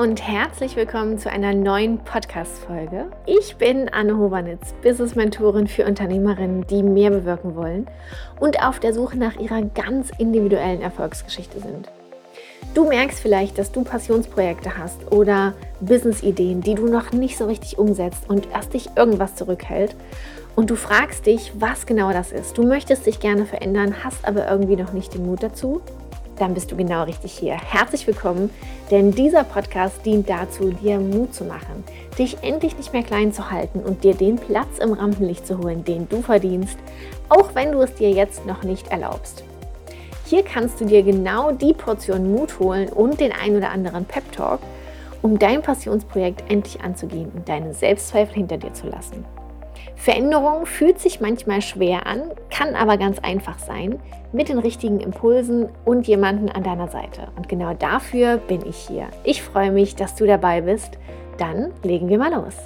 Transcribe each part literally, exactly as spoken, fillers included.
und herzlich willkommen zu einer neuen Podcast-Folge. Ich bin Anne Hovernitz, Business-Mentorin für Unternehmerinnen, die mehr bewirken wollen und auf der Suche nach ihrer ganz individuellen Erfolgsgeschichte sind. Du merkst vielleicht, dass du Passionsprojekte hast oder Business-Ideen, die du noch nicht so richtig umsetzt und erst dich irgendwas zurückhält. Und du fragst dich, was genau das ist. Du möchtest dich gerne verändern, hast aber irgendwie noch nicht den Mut dazu. Dann bist du genau richtig hier. Herzlich willkommen, denn dieser Podcast dient dazu, dir Mut zu machen, dich endlich nicht mehr klein zu halten und dir den Platz im Rampenlicht zu holen, den du verdienst, auch wenn du es dir jetzt noch nicht erlaubst. Hier kannst du dir genau die Portion Mut holen und den ein oder anderen Pep-Talk, um dein Passionsprojekt endlich anzugehen und deine Selbstzweifel hinter dir zu lassen. Veränderung fühlt sich manchmal schwer an, kann aber ganz einfach sein, mit den richtigen Impulsen und jemanden an deiner Seite. Und genau dafür bin ich hier. Ich freue mich, dass du dabei bist. Dann legen wir mal los.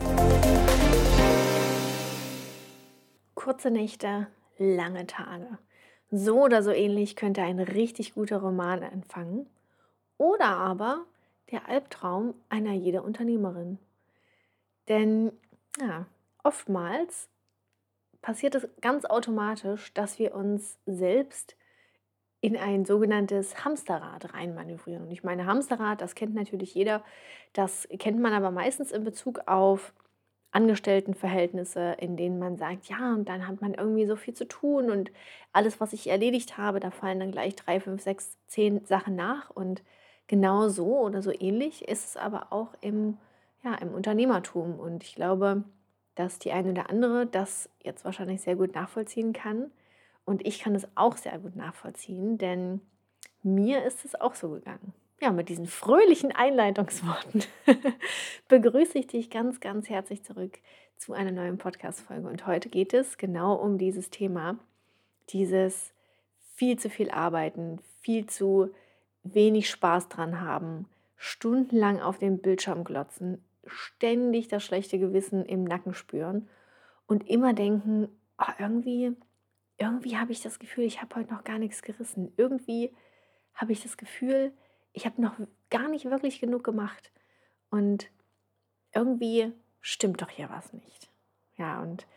Kurze Nächte, lange Tage. So oder so ähnlich könnte ein richtig guter Roman anfangen. Oder aber der Albtraum einer jeder Unternehmerin. Denn ja, oftmals passiert es ganz automatisch, dass wir uns selbst in ein sogenanntes Hamsterrad reinmanövrieren. Und ich meine, Hamsterrad, das kennt natürlich jeder, das kennt man aber meistens in Bezug auf Angestelltenverhältnisse, in denen man sagt, ja, und dann hat man irgendwie so viel zu tun und alles, was ich erledigt habe, da fallen dann gleich drei, fünf, sechs, zehn Sachen nach. Und genau so oder so ähnlich ist es aber auch im, ja, im Unternehmertum. Und ich glaube, dass die eine oder andere das jetzt wahrscheinlich sehr gut nachvollziehen kann. Und ich kann es auch sehr gut nachvollziehen, denn mir ist es auch so gegangen. Ja, mit diesen fröhlichen Einleitungsworten begrüße ich dich ganz, ganz herzlich zurück zu einer neuen Podcast-Folge. Und heute geht es genau um dieses Thema, dieses viel zu viel arbeiten, viel zu wenig Spaß dran haben, stundenlang auf den Bildschirm glotzen, ständig das schlechte Gewissen im Nacken spüren und immer denken, oh, irgendwie, irgendwie habe ich das Gefühl, ich habe heute noch gar nichts gerissen. Irgendwie habe ich das Gefühl, ich habe noch gar nicht wirklich genug gemacht. Und irgendwie stimmt doch hier was nicht. Ja, und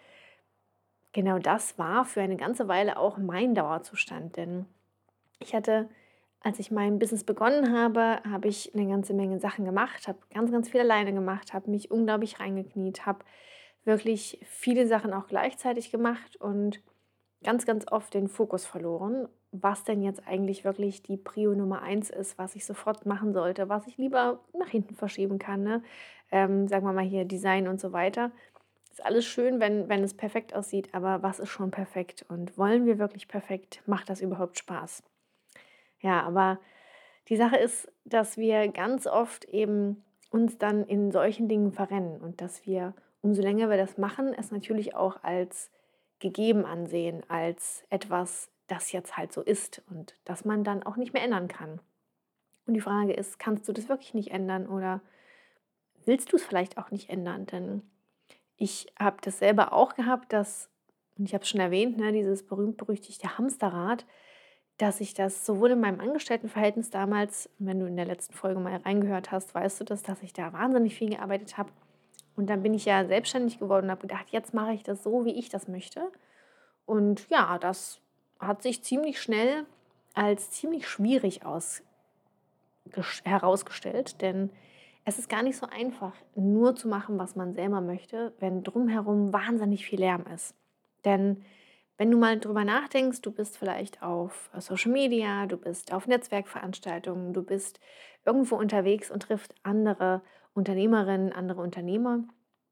genau das war für eine ganze Weile auch mein Dauerzustand, denn ich hatte, als ich mein Business begonnen habe, habe ich eine ganze Menge Sachen gemacht, habe ganz, ganz viel alleine gemacht, habe mich unglaublich reingekniet, habe wirklich viele Sachen auch gleichzeitig gemacht und ganz, ganz oft den Fokus verloren, was denn jetzt eigentlich wirklich die Prio Nummer eins ist, was ich sofort machen sollte, was ich lieber nach hinten verschieben kann, ne? Ähm, sagen wir mal hier Design und so weiter. Ist alles schön, wenn, wenn es perfekt aussieht, aber was ist schon perfekt? Und wollen wir wirklich perfekt? Macht das überhaupt Spaß? Ja, aber die Sache ist, dass wir ganz oft eben uns dann in solchen Dingen verrennen und dass wir, umso länger wir das machen, es natürlich auch als gegeben ansehen, als etwas, das jetzt halt so ist und das man dann auch nicht mehr ändern kann. Und die Frage ist, kannst du das wirklich nicht ändern oder willst du es vielleicht auch nicht ändern? Denn ich habe das selber auch gehabt, dass, und ich habe es schon erwähnt, ne, dieses berühmt-berüchtigte Hamsterrad, dass ich das sowohl in meinem Angestelltenverhältnis damals, wenn du in der letzten Folge mal reingehört hast, weißt du das, dass ich da wahnsinnig viel gearbeitet habe. Und dann bin ich ja selbstständig geworden und habe gedacht, jetzt mache ich das so, wie ich das möchte. Und ja, das hat sich ziemlich schnell als ziemlich schwierig aus, herausgestellt, denn es ist gar nicht so einfach, nur zu machen, was man selber möchte, wenn drumherum wahnsinnig viel Lärm ist. Denn wenn du mal drüber nachdenkst, du bist vielleicht auf Social Media, du bist auf Netzwerkveranstaltungen, du bist irgendwo unterwegs und triffst andere Unternehmerinnen, andere Unternehmer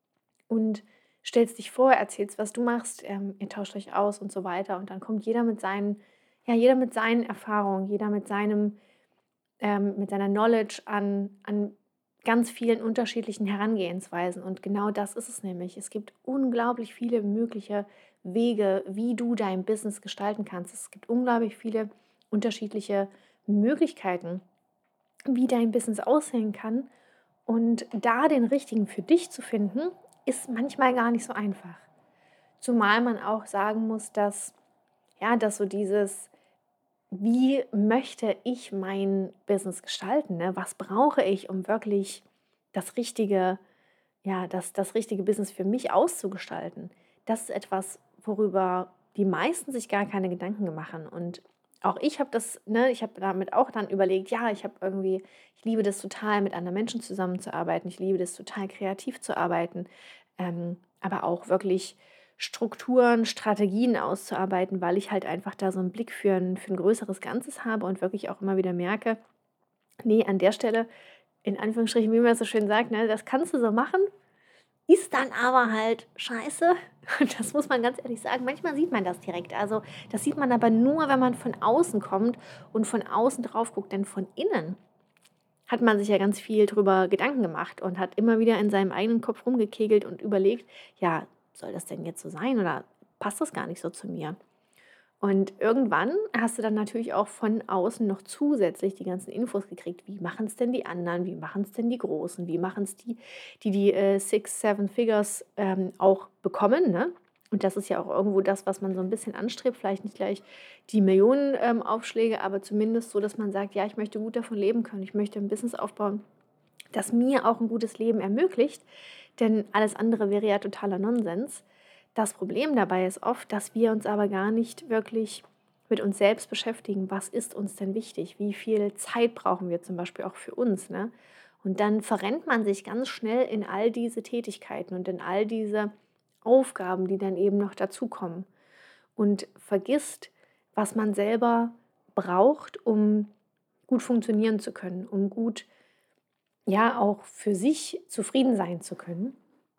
und stellst dich vor, erzählst, was du machst, ähm, ihr tauscht euch aus und so weiter. Und dann kommt jeder mit seinen, ja, jeder mit seinen Erfahrungen, jeder mit seinem, ähm, mit seiner Knowledge an, an ganz vielen unterschiedlichen Herangehensweisen. Und genau das ist es nämlich. Es gibt unglaublich viele mögliche Wege, wie du dein Business gestalten kannst. Es gibt unglaublich viele unterschiedliche Möglichkeiten, wie dein Business aussehen kann. Und da den richtigen für dich zu finden, ist manchmal gar nicht so einfach. Zumal man auch sagen muss, dass, ja, dass so dieses, wie möchte ich mein Business gestalten? Ne? Was brauche ich, um wirklich das richtige ja, das das richtige Business für mich auszugestalten. Das ist etwas, worüber die meisten sich gar keine Gedanken machen. Und auch ich habe das ne, ich habe damit auch dann überlegt, ja, ich habe irgendwie ich liebe das total, mit anderen Menschen zusammenzuarbeiten. Ich liebe das total, kreativ zu arbeiten, ähm, aber auch wirklich Strukturen, Strategien auszuarbeiten, weil ich halt einfach da so einen Blick für ein für 'n größeres Ganzes habe und wirklich auch immer wieder merke: „Ne, an der Stelle“, in Anführungsstrichen, wie man so schön sagt, ne, das kannst du so machen, ist dann aber halt scheiße. Und das muss man ganz ehrlich sagen. Manchmal sieht man das direkt. Also, das sieht man aber nur, wenn man von außen kommt und von außen drauf guckt, denn von innen hat man sich ja ganz viel drüber Gedanken gemacht und hat immer wieder in seinem eigenen Kopf rumgekegelt und überlegt: „Ja, soll das denn jetzt so sein oder passt das gar nicht so zu mir?“ Und irgendwann hast du dann natürlich auch von außen noch zusätzlich die ganzen Infos gekriegt. Wie machen es denn die anderen? Wie machen es denn die Großen? Wie machen es die, die die äh, Six, Seven Figures ähm, auch bekommen? Ne? Und das ist ja auch irgendwo das, was man so ein bisschen anstrebt. Vielleicht nicht gleich die Millionen ähm, Aufschläge, aber zumindest so, dass man sagt, ja, ich möchte gut davon leben können. Ich möchte ein Business aufbauen, das mir auch ein gutes Leben ermöglicht, denn alles andere wäre ja totaler Nonsens. Das Problem dabei ist oft, dass wir uns aber gar nicht wirklich mit uns selbst beschäftigen. Was ist uns denn wichtig? Wie viel Zeit brauchen wir zum Beispiel auch für uns, ne? Und dann verrennt man sich ganz schnell in all diese Tätigkeiten und in all diese Aufgaben, die dann eben noch dazukommen und vergisst, was man selber braucht, um gut funktionieren zu können, um gut ja auch für sich zufrieden sein zu können.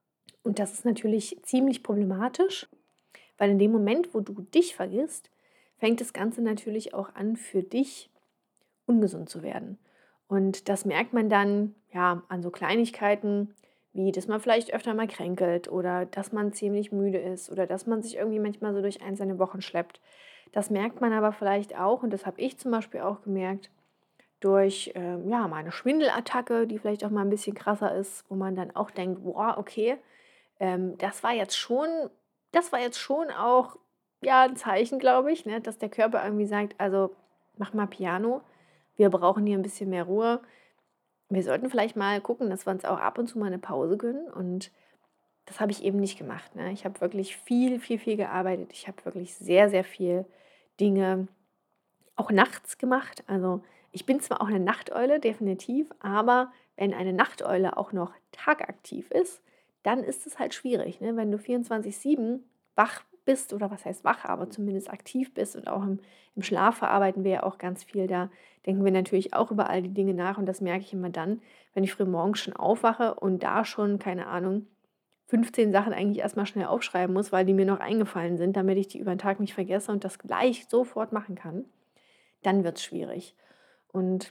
Und das ist natürlich ziemlich problematisch, weil in dem Moment, wo du dich vergisst, fängt das Ganze natürlich auch an, für dich ungesund zu werden. Und das merkt man dann ja an so Kleinigkeiten, wie dass man vielleicht öfter mal kränkelt oder dass man ziemlich müde ist oder dass man sich irgendwie manchmal so durch einzelne Wochen schleppt. Das merkt man aber vielleicht auch, und das habe ich zum Beispiel auch gemerkt, durch, ähm, ja, mal eine Schwindelattacke, die vielleicht auch mal ein bisschen krasser ist, wo man dann auch denkt: „Boah, okay, ähm, das war jetzt schon das war jetzt schon auch, ja, ein Zeichen, glaube ich, ne, dass der Körper irgendwie sagt: „Also, mach mal Piano. Wir brauchen hier ein bisschen mehr Ruhe. Wir sollten vielleicht mal gucken, dass wir uns auch ab und zu mal eine Pause gönnen.“ Und das habe ich eben nicht gemacht, ne? Ich habe wirklich viel, viel, viel gearbeitet. Ich habe wirklich sehr, sehr viel Dinge auch nachts gemacht. Also, ich bin zwar auch eine Nachteule, definitiv, aber wenn eine Nachteule auch noch tagaktiv ist, dann ist es halt schwierig, ne? Wenn du vierundzwanzig sieben wach bist oder was heißt wach, aber zumindest aktiv bist und auch im im Schlaf verarbeiten wir ja auch ganz viel. Da denken wir natürlich auch über all die Dinge nach und das merke ich immer dann, wenn ich frühmorgens schon aufwache und da schon, keine Ahnung, fünfzehn Sachen eigentlich erst mal schnell aufschreiben muss, weil die mir noch eingefallen sind, damit ich die über den Tag nicht vergesse und das gleich sofort machen kann, dann wird es schwierig. Und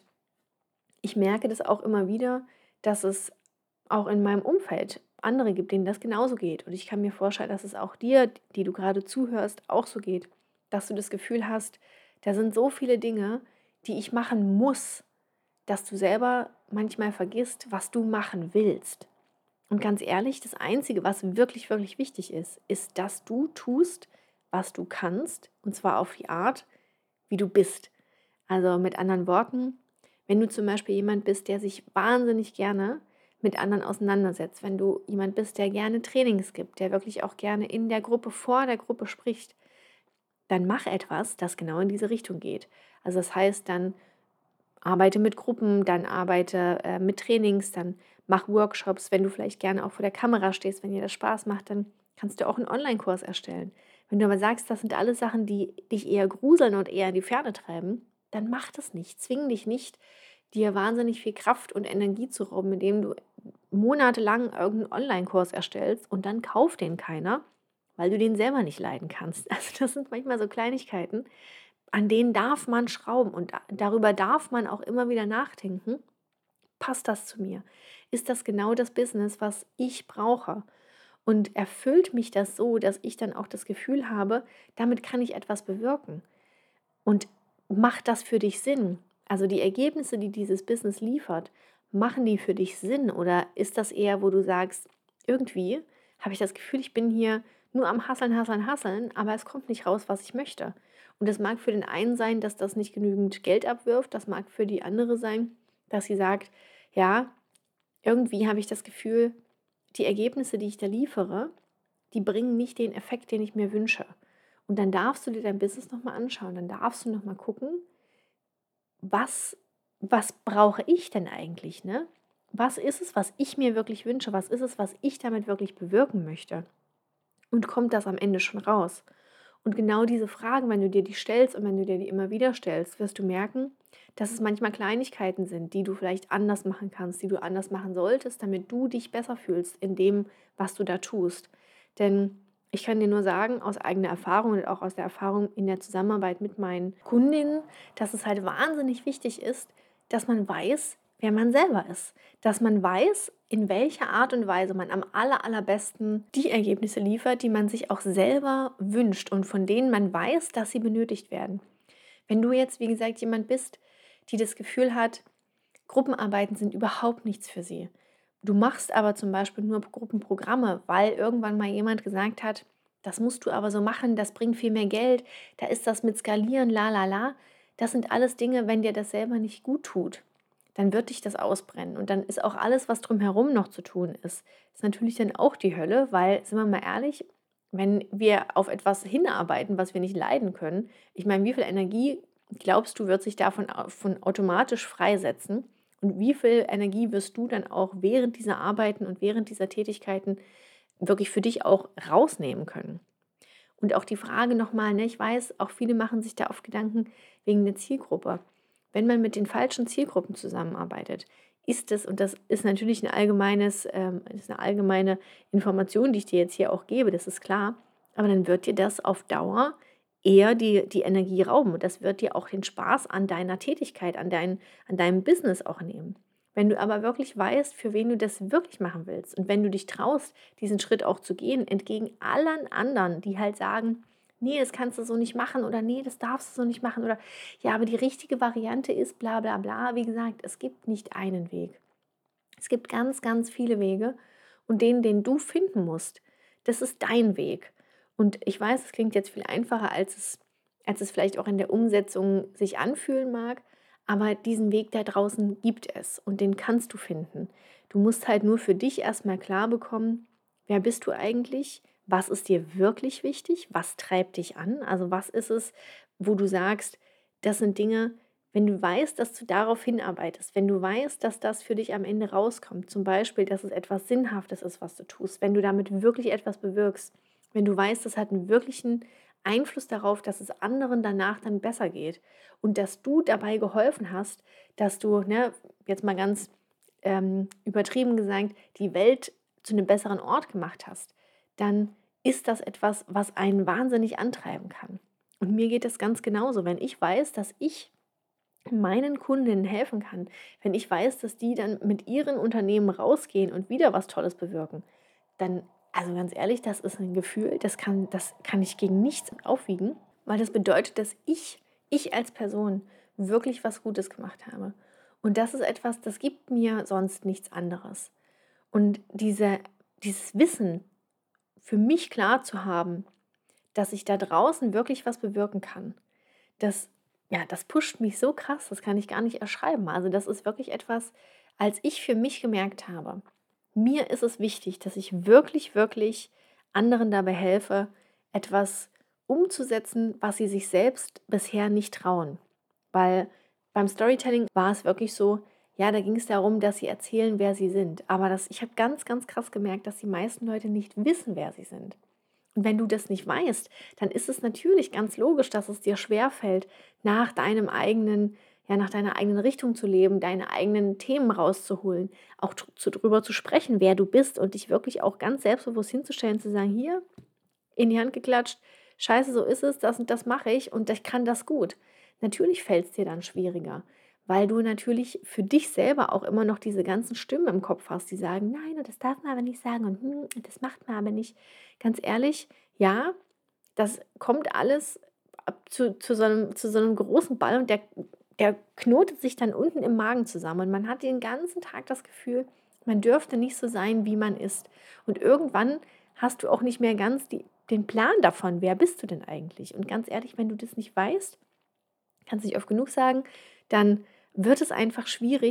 ich merke das auch immer wieder, dass es auch in meinem Umfeld andere gibt, denen das genauso geht. Und ich kann mir vorstellen, dass es auch dir, die du gerade zuhörst, auch so geht, dass du das Gefühl hast, da sind so viele Dinge, die ich machen muss, dass du selber manchmal vergisst, was du machen willst. Und ganz ehrlich, das Einzige, was wirklich, wirklich wichtig ist, ist, dass du tust, was du kannst, und zwar auf die Art, wie du bist. Also mit anderen Worten, wenn du zum Beispiel jemand bist, der sich wahnsinnig gerne mit anderen auseinandersetzt, wenn du jemand bist, der gerne Trainings gibt, der wirklich auch gerne in der Gruppe, vor der Gruppe spricht, dann mach etwas, das genau in diese Richtung geht. Also das heißt, dann arbeite mit Gruppen, dann arbeite äh, mit Trainings, dann mach Workshops. Wenn du vielleicht gerne auch vor der Kamera stehst, wenn dir das Spaß macht, dann kannst du auch einen Online-Kurs erstellen. Wenn du aber sagst, das sind alles Sachen, die dich eher gruseln und eher in die Ferne treiben, dann mach das nicht. Zwing dich nicht, dir wahnsinnig viel Kraft und Energie zu rauben, indem du monatelang irgendeinen Online-Kurs erstellst und dann kauft den keiner, weil du den selber nicht leiden kannst. Also das sind manchmal so Kleinigkeiten, an denen darf man schrauben und da darüber darf man auch immer wieder nachdenken: „Passt das zu mir? Ist das genau das Business, was ich brauche? Und erfüllt mich das so, dass ich dann auch das Gefühl habe, damit kann ich etwas bewirken? Und macht das für dich Sinn? Also die Ergebnisse, die dieses Business liefert, machen die für dich Sinn? Oder ist das eher, wo du sagst, irgendwie habe ich das Gefühl, ich bin hier nur am Hasseln, Hasseln, Hasseln, aber es kommt nicht raus, was ich möchte. Und das mag für den einen sein, dass das nicht genügend Geld abwirft. Das mag für die andere sein, dass sie sagt, ja, irgendwie habe ich das Gefühl, die Ergebnisse, die ich da liefere, die bringen nicht den Effekt, den ich mir wünsche. Und dann darfst du dir dein Business nochmal anschauen, dann darfst du nochmal gucken, was, was brauche ich denn eigentlich, ne? Was ist es, was ich mir wirklich wünsche? Was ist es, was ich damit wirklich bewirken möchte? Und kommt das am Ende schon raus? Und genau diese Fragen, wenn du dir die stellst und wenn du dir die immer wieder stellst, wirst du merken, dass es manchmal Kleinigkeiten sind, die du vielleicht anders machen kannst, die du anders machen solltest, damit du dich besser fühlst in dem, was du da tust. Denn ich kann dir nur sagen, aus eigener Erfahrung und auch aus der Erfahrung in der Zusammenarbeit mit meinen Kundinnen, dass es halt wahnsinnig wichtig ist, dass man weiß, wer man selber ist. Dass man weiß, in welcher Art und Weise man am aller, allerbesten die Ergebnisse liefert, die man sich auch selber wünscht und von denen man weiß, dass sie benötigt werden. Wenn du jetzt, wie gesagt, jemand bist, die das Gefühl hat, Gruppenarbeiten sind überhaupt nichts für sie. Du machst aber zum Beispiel nur Gruppenprogramme, weil irgendwann mal jemand gesagt hat, das musst du aber so machen, das bringt viel mehr Geld, da ist das mit Skalieren, la la la. Das sind alles Dinge, wenn dir das selber nicht gut tut, dann wird dich das ausbrennen. Und dann ist auch alles, was drumherum noch zu tun ist, ist natürlich dann auch die Hölle, weil, sind wir mal ehrlich, wenn wir auf etwas hinarbeiten, was wir nicht leiden können, ich meine, wie viel Energie glaubst du, wird sich davon au- von automatisch freisetzen? Und wie viel Energie wirst du dann auch während dieser Arbeiten und während dieser Tätigkeiten wirklich für dich auch rausnehmen können? Und auch die Frage nochmal, ne, ich weiß, auch viele machen sich da oft Gedanken wegen der Zielgruppe. Wenn man mit den falschen Zielgruppen zusammenarbeitet, ist es, und das ist natürlich ein allgemeines, ähm, ist eine allgemeine Information, die ich dir jetzt hier auch gebe, das ist klar, aber dann wird dir das auf Dauer eher die, die Energie rauben und das wird dir auch den Spaß an deiner Tätigkeit, an, dein, an deinem Business auch nehmen. Wenn du aber wirklich weißt, für wen du das wirklich machen willst und wenn du dich traust, diesen Schritt auch zu gehen, entgegen allen anderen, die halt sagen, nee, das kannst du so nicht machen oder nee, das darfst du so nicht machen oder ja, aber die richtige Variante ist bla bla bla. Wie gesagt, es gibt nicht einen Weg. Es gibt ganz, ganz viele Wege und den, den du finden musst, das ist dein Weg. Und ich weiß, es klingt jetzt viel einfacher, als es, als es vielleicht auch in der Umsetzung sich anfühlen mag, aber diesen Weg da draußen gibt es und den kannst du finden. Du musst halt nur für dich erstmal klar bekommen, wer bist du eigentlich? Was ist dir wirklich wichtig? Was treibt dich an? Also was ist es, wo du sagst, das sind Dinge, wenn du weißt, dass du darauf hinarbeitest, wenn du weißt, dass das für dich am Ende rauskommt, zum Beispiel, dass es etwas Sinnhaftes ist, was du tust, wenn du damit wirklich etwas bewirkst, wenn du weißt, das hat einen wirklichen Einfluss darauf, dass es anderen danach dann besser geht und dass du dabei geholfen hast, dass du, ne, jetzt mal ganz ähm, übertrieben gesagt, die Welt zu einem besseren Ort gemacht hast, dann ist das etwas, was einen wahnsinnig antreiben kann. Und mir geht es ganz genauso, wenn ich weiß, dass ich meinen Kundinnen helfen kann, wenn ich weiß, dass die dann mit ihren Unternehmen rausgehen und wieder was Tolles bewirken, dann, also ganz ehrlich, das ist ein Gefühl, das kann, das kann ich gegen nichts aufwiegen, weil das bedeutet, dass ich, ich als Person wirklich was Gutes gemacht habe. Und das ist etwas, das gibt mir sonst nichts anderes. Und diese, dieses Wissen für mich klar zu haben, dass ich da draußen wirklich was bewirken kann, das, ja, das pusht mich so krass, das kann ich gar nicht erschreiben. Also das ist wirklich etwas, als ich für mich gemerkt habe, mir ist es wichtig, dass ich wirklich, wirklich anderen dabei helfe, etwas umzusetzen, was sie sich selbst bisher nicht trauen. Weil beim Storytelling war es wirklich so, ja, da ging es darum, dass sie erzählen, wer sie sind. Aber das, ich habe ganz, ganz krass gemerkt, dass die meisten Leute nicht wissen, wer sie sind. Und wenn du das nicht weißt, dann ist es natürlich ganz logisch, dass es dir schwerfällt, nach deinem eigenen, ja, nach deiner eigenen Richtung zu leben, deine eigenen Themen rauszuholen, auch dr- zu, drüber zu sprechen, wer du bist und dich wirklich auch ganz selbstbewusst hinzustellen, zu sagen, hier, in die Hand geklatscht, scheiße, so ist es, das und das mache ich und ich kann das gut. Natürlich fällt es dir dann schwieriger, weil du natürlich für dich selber auch immer noch diese ganzen Stimmen im Kopf hast, die sagen, nein, und das darf man aber nicht sagen und hm, das macht man aber nicht. Ganz ehrlich, ja, das kommt alles ab zu, zu, so einem, zu so einem großen Ball und der, der knotet sich dann unten im Magen zusammen und man hat den ganzen Tag das Gefühl, man dürfte nicht so sein, wie man ist. Und irgendwann hast du auch nicht mehr ganz die, den Plan davon, wer bist du denn eigentlich? Und ganz ehrlich, wenn du das nicht weißt, kannst du nicht oft genug sagen, dann wird es einfach schwierig,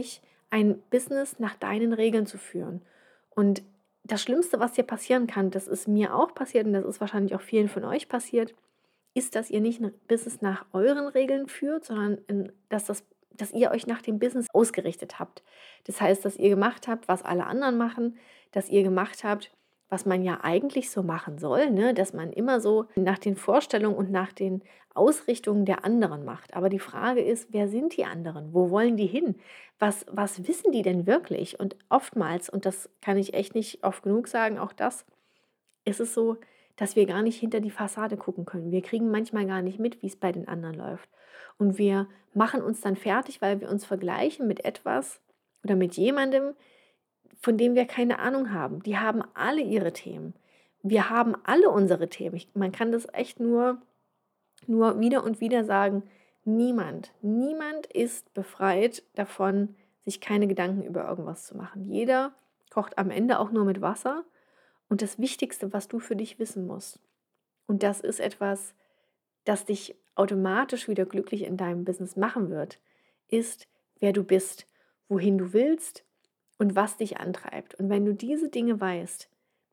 ein Business nach deinen Regeln zu führen. Und das Schlimmste, was dir passieren kann, das ist mir auch passiert und das ist wahrscheinlich auch vielen von euch passiert, ist, dass ihr nicht 'n Business nach euren Regeln führt, sondern in dass das dass ihr euch nach dem Business ausgerichtet habt. Das heißt, dass ihr gemacht habt, was alle anderen machen, dass ihr gemacht habt, was man ja eigentlich so machen soll, ne? Dass man immer so nach den Vorstellungen und nach den Ausrichtungen der anderen macht. Aber die Frage ist: Wer sind die anderen? Wo wollen die hin? Was was wissen die denn wirklich? Und oftmals, und das kann ich echt nicht oft genug sagen, auch das ist es so, dass wir gar nicht hinter die Fassade gucken können. Wir kriegen manchmal gar nicht mit, wie es bei den anderen läuft. Und wir machen uns dann fertig, weil wir uns vergleichen mit etwas oder mit jemandem, von dem wir keine Ahnung haben. Die haben alle ihre Themen. Wir haben alle unsere Themen. Ich, man kann das echt nur, nur wieder und wieder sagen. Niemand, niemand ist befreit davon, sich keine Gedanken über irgendwas zu machen. Jeder kocht am Ende auch nur mit Wasser. Und das Wichtigste, was du für dich wissen musst, und das ist etwas, das dich automatisch wieder glücklich in deinem Business machen wird, ist, wer du bist, wohin du willst und was dich antreibt. Und wenn du diese Dinge weißt,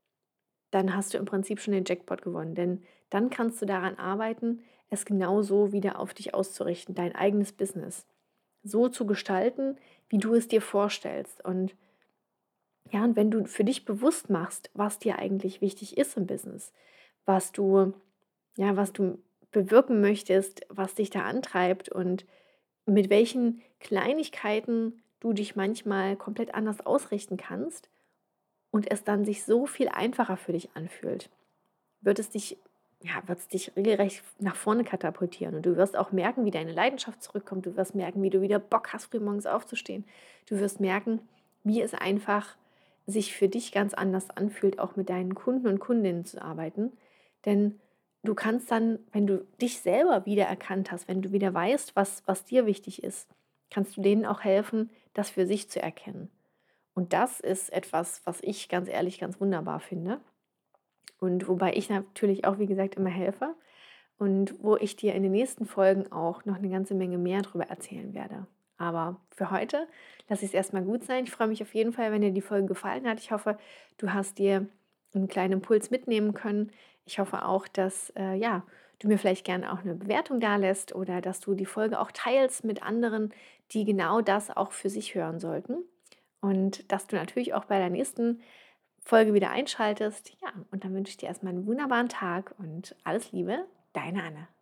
dann hast du im Prinzip schon den Jackpot gewonnen. Denn dann kannst du daran arbeiten, es genauso wieder auf dich auszurichten, dein eigenes Business so zu gestalten, wie du es dir vorstellst. Und ja, und wenn du für dich bewusst machst, was dir eigentlich wichtig ist im Business, was du, ja, was du bewirken möchtest, was dich da antreibt und mit welchen Kleinigkeiten du dich manchmal komplett anders ausrichten kannst und es dann sich so viel einfacher für dich anfühlt, wird es dich, ja, wird es dich regelrecht nach vorne katapultieren. Und du wirst auch merken, wie deine Leidenschaft zurückkommt. Du wirst merken, wie du wieder Bock hast, frühmorgens aufzustehen. Du wirst merken, wie es einfach sich für dich ganz anders anfühlt, auch mit deinen Kunden und Kundinnen zu arbeiten. Denn du kannst dann, wenn du dich selber wieder erkannt hast, wenn du wieder weißt, was, was dir wichtig ist, kannst du denen auch helfen, das für sich zu erkennen. Und das ist etwas, was ich ganz ehrlich ganz wunderbar finde. Und wobei ich natürlich auch, wie gesagt, immer helfe und wo ich dir in den nächsten Folgen auch noch eine ganze Menge mehr darüber erzählen werde. Aber für heute lasse ich es erstmal gut sein. Ich freue mich auf jeden Fall, wenn dir die Folge gefallen hat. Ich hoffe, du hast dir einen kleinen Impuls mitnehmen können. Ich hoffe auch, dass äh, ja, du mir vielleicht gerne auch eine Bewertung dalässt oder dass du die Folge auch teilst mit anderen, die genau das auch für sich hören sollten. Und dass du natürlich auch bei der nächsten Folge wieder einschaltest. Ja, und dann wünsche ich dir erstmal einen wunderbaren Tag und alles Liebe, deine Anne.